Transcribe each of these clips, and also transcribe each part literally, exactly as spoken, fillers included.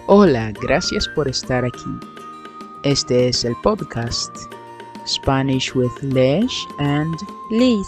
Hola, gracias por estar aquí. Este es el podcast Spanish with Lesh and Liz.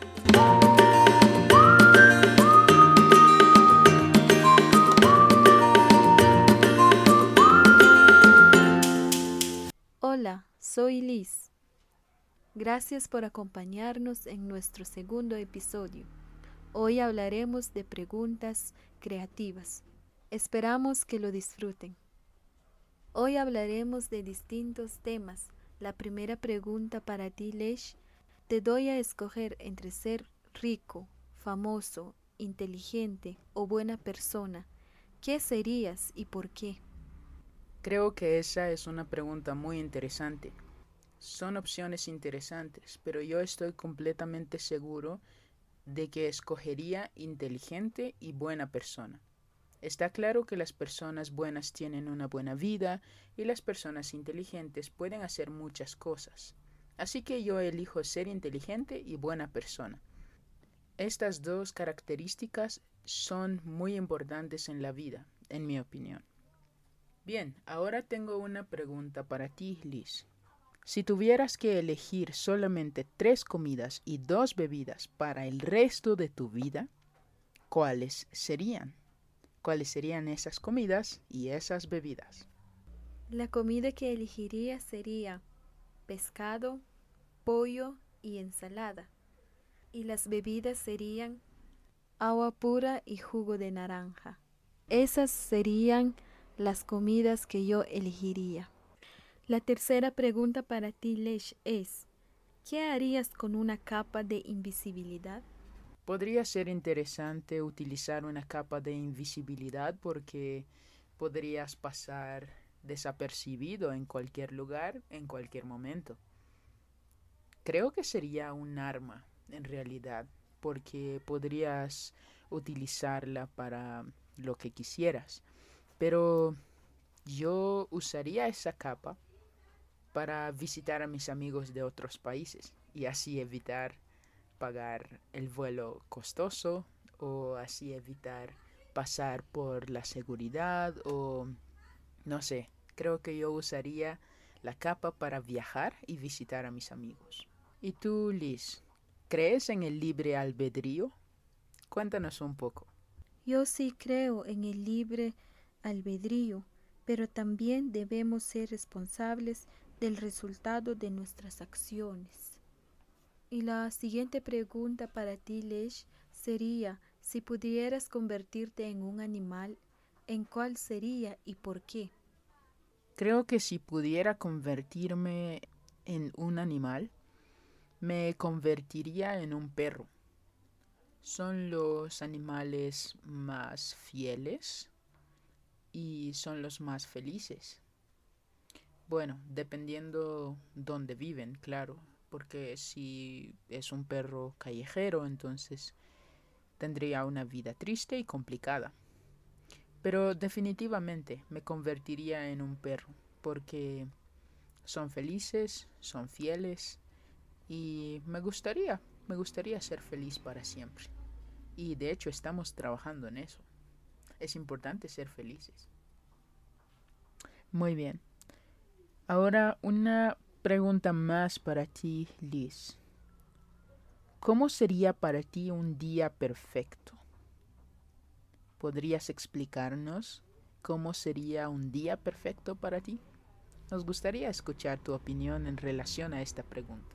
Hola, soy Liz. Gracias por acompañarnos en nuestro segundo episodio. Hoy hablaremos de preguntas creativas. Esperamos que lo disfruten. Hoy hablaremos de distintos temas. La primera pregunta para ti, Lesh, te doy a escoger entre ser rico, famoso, inteligente o buena persona. ¿Qué serías y por qué? Creo que esa es una pregunta muy interesante. Son opciones interesantes, pero yo estoy completamente seguro de que escogería inteligente y buena persona. Está claro que las personas buenas tienen una buena vida y las personas inteligentes pueden hacer muchas cosas. Así que yo elijo ser inteligente y buena persona. Estas dos características son muy importantes en la vida, en mi opinión. Bien, ahora tengo una pregunta para ti, Liz. Si tuvieras que elegir solamente tres comidas y dos bebidas para el resto de tu vida, ¿cuáles serían? ¿Cuáles serían esas comidas y esas bebidas? La comida que elegiría sería pescado, pollo y ensalada. Y las bebidas serían agua pura y jugo de naranja. Esas serían las comidas que yo elegiría. La tercera pregunta para ti, Lesh, es: ¿qué harías con una capa de invisibilidad? Podría ser interesante utilizar una capa de invisibilidad porque podrías pasar desapercibido en cualquier lugar, en cualquier momento. Creo que sería un arma, en realidad, porque podrías utilizarla para lo que quisieras. Pero yo usaría esa capa para visitar a mis amigos de otros países y así evitar pagar el vuelo costoso o así evitar pasar por la seguridad o no sé, creo que yo usaría la capa para viajar y visitar a mis amigos. ¿Y tú, Liz, crees en el libre albedrío? Cuéntanos un poco. Yo sí creo en el libre albedrío, pero también debemos ser responsables del resultado de nuestras acciones. Y la siguiente pregunta para ti, Lesh, sería: si pudieras convertirte en un animal, ¿en cuál sería y por qué? Creo que si pudiera convertirme en un animal, me convertiría en un perro. Son los animales más fieles y son los más felices. Bueno, dependiendo dónde viven, claro, porque si es un perro callejero, entonces tendría una vida triste y complicada. Pero definitivamente me convertiría en un perro, porque son felices, son fieles y me gustaría, me gustaría ser feliz para siempre. Y de hecho estamos trabajando en eso. Es importante ser felices. Muy bien. Ahora una pregunta más para ti, Liz. ¿Cómo sería para ti un día perfecto? ¿Podrías explicarnos cómo sería un día perfecto para ti? Nos gustaría escuchar tu opinión en relación a esta pregunta.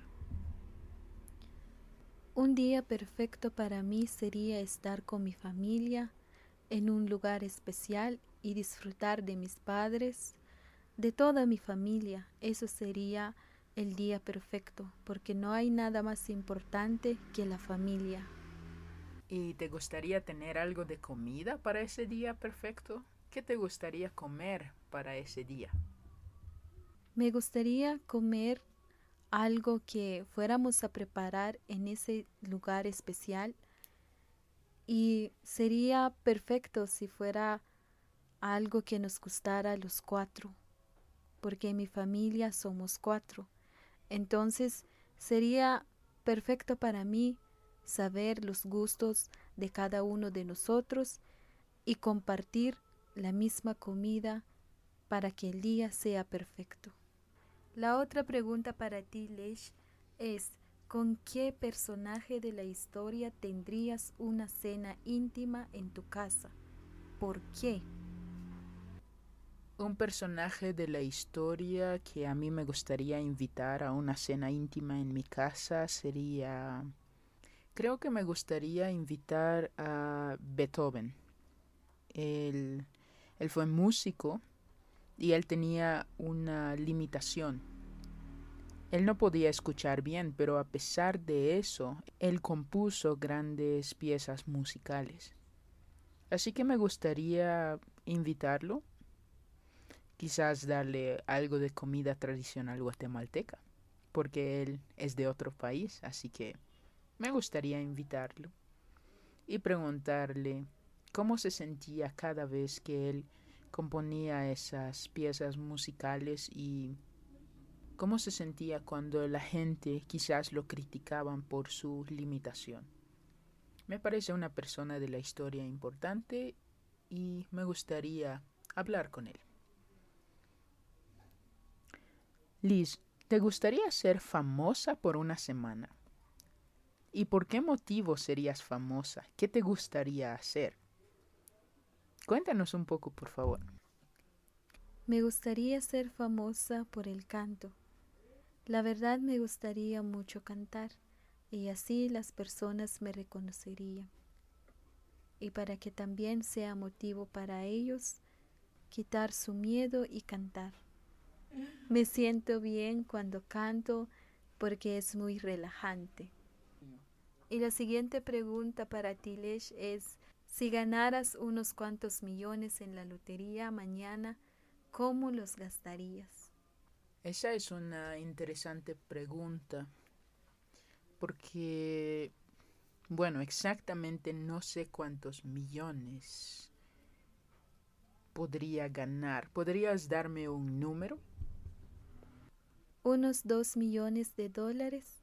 Un día perfecto para mí sería estar con mi familia en un lugar especial y disfrutar de mis padres, de toda mi familia. Eso sería el día perfecto, porque no hay nada más importante que la familia. ¿Y te gustaría tener algo de comida para ese día perfecto? ¿Qué te gustaría comer para ese día? Me gustaría comer algo que fuéramos a preparar en ese lugar especial, y sería perfecto si fuera algo que nos gustara a los cuatro, porque en mi familia somos cuatro. Entonces sería perfecto para mí saber los gustos de cada uno de nosotros y compartir la misma comida para que el día sea perfecto. La otra pregunta para ti, Leish, es ¿con qué personaje de la historia tendrías una cena íntima en tu casa? ¿Por qué? Un personaje de la historia que a mí me gustaría invitar a una cena íntima en mi casa sería... Creo que me gustaría invitar a Beethoven. Él, él fue músico y él tenía una limitación. Él no podía escuchar bien, pero a pesar de eso, él compuso grandes piezas musicales. Así que me gustaría invitarlo, quizás darle algo de comida tradicional guatemalteca, porque él es de otro país, así que me gustaría invitarlo y preguntarle cómo se sentía cada vez que él componía esas piezas musicales y cómo se sentía cuando la gente quizás lo criticaban por su limitación. Me parece una persona de la historia importante y me gustaría hablar con él. Liz, ¿te gustaría ser famosa por una semana? ¿Y por qué motivo serías famosa? ¿Qué te gustaría hacer? Cuéntanos un poco, por favor. Me gustaría ser famosa por el canto. La verdad me gustaría mucho cantar y así las personas me reconocerían. Y para que también sea motivo para ellos quitar su miedo y cantar. Me siento bien cuando canto porque es muy relajante. Y la siguiente pregunta para ti, Lesh, es, si ganaras unos cuantos millones en la lotería mañana, ¿cómo los gastarías? Esa es una interesante pregunta porque, bueno, exactamente no sé cuántos millones podría ganar. ¿Podrías darme un número? Unos dos millones de dólares.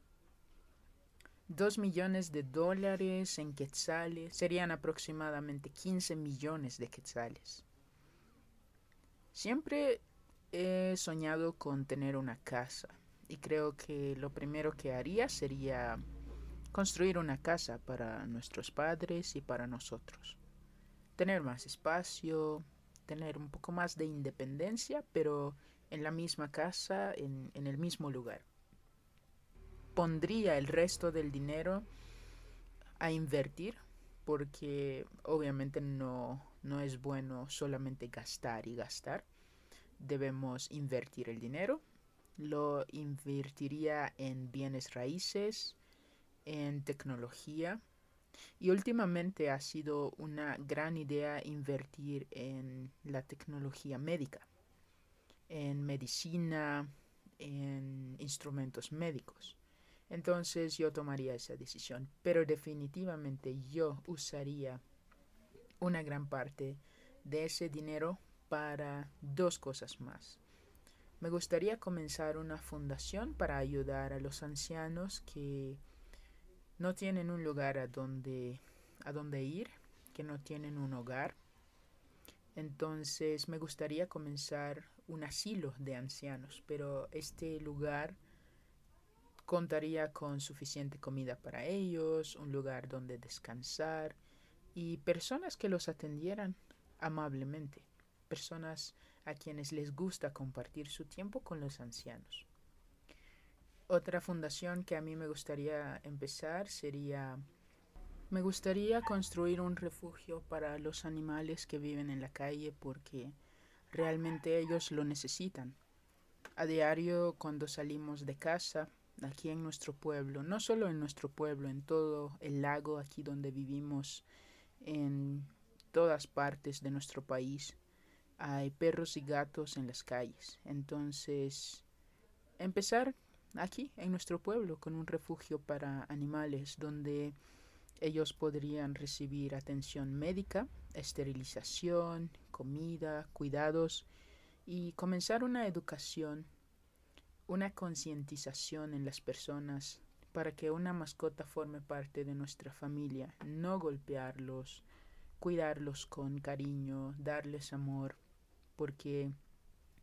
Dos millones de dólares en quetzales serían aproximadamente quince millones de quetzales. Siempre he soñado con tener una casa y creo que lo primero que haría sería construir una casa para nuestros padres y para nosotros. Tener más espacio, tener un poco más de independencia, pero en la misma casa, en, en el mismo lugar. Pondría el resto del dinero a invertir porque obviamente no, no es bueno solamente gastar y gastar. Debemos invertir el dinero. Lo invertiría en bienes raíces, en tecnología. Y últimamente ha sido una gran idea invertir en la tecnología médica, en medicina, en instrumentos médicos. Entonces yo tomaría esa decisión, pero definitivamente yo usaría una gran parte de ese dinero para dos cosas más. Me gustaría comenzar una fundación para ayudar a los ancianos que no tienen un lugar a donde, a donde ir, que no tienen un hogar. Entonces me gustaría comenzar un asilo de ancianos, pero este lugar contaría con suficiente comida para ellos, un lugar donde descansar y personas que los atendieran amablemente, personas a quienes les gusta compartir su tiempo con los ancianos. Otra fundación que a mí me gustaría empezar sería, me gustaría construir un refugio para los animales que viven en la calle porque realmente ellos lo necesitan. A diario cuando salimos de casa, aquí en nuestro pueblo, no solo en nuestro pueblo, en todo el lago aquí donde vivimos, en todas partes de nuestro país, hay perros y gatos en las calles. Entonces, empezar aquí en nuestro pueblo con un refugio para animales donde ellos podrían recibir atención médica, esterilización, comida, cuidados y comenzar una educación, una concientización en las personas para que una mascota forme parte de nuestra familia, no golpearlos, cuidarlos con cariño, darles amor, porque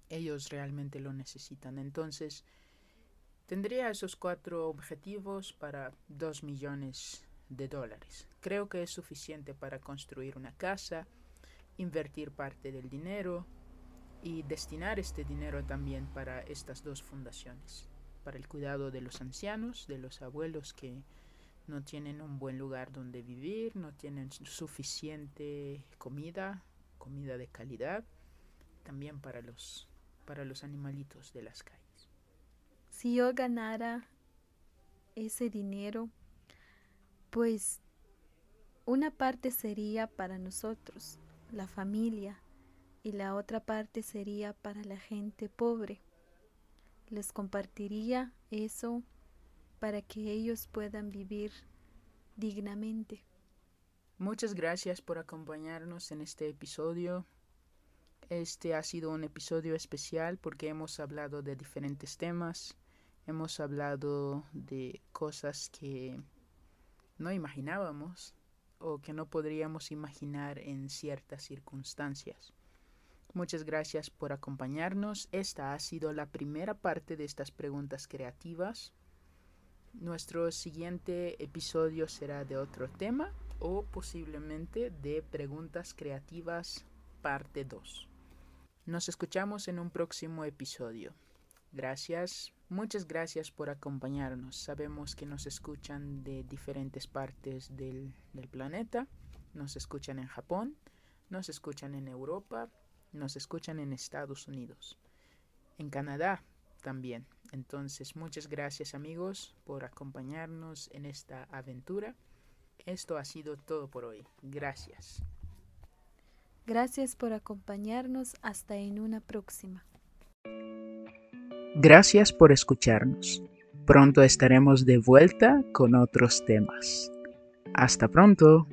ellos realmente lo necesitan. Entonces, tendría esos cuatro objetivos para dos millones de dólares. Creo que es suficiente para construir una casa, invertir parte del dinero y destinar este dinero también para estas dos fundaciones, para el cuidado de los ancianos, de los abuelos que no tienen un buen lugar donde vivir, no tienen suficiente comida, comida de calidad, también para los, para los animalitos de las calles. Si yo ganara ese dinero, pues una parte sería para nosotros, la familia, y la otra parte sería para la gente pobre. Les compartiría eso para que ellos puedan vivir dignamente. Muchas gracias por acompañarnos en este episodio. Este ha sido un episodio especial porque hemos hablado de diferentes temas. Hemos hablado de cosas que no imaginábamos o que no podríamos imaginar en ciertas circunstancias. Muchas gracias por acompañarnos. Esta ha sido la primera parte de estas preguntas creativas. Nuestro siguiente episodio será de otro tema o posiblemente de preguntas creativas parte dos. Nos escuchamos en un próximo episodio. Gracias, muchas gracias por acompañarnos. Sabemos que nos escuchan de diferentes partes del, del planeta. Nos escuchan en Japón, nos escuchan en Europa, nos escuchan en Estados Unidos, en Canadá también. Entonces, muchas gracias amigos por acompañarnos en esta aventura. Esto ha sido todo por hoy. Gracias. Gracias por acompañarnos. Hasta en una próxima. Gracias por escucharnos. Pronto estaremos de vuelta con otros temas. Hasta pronto.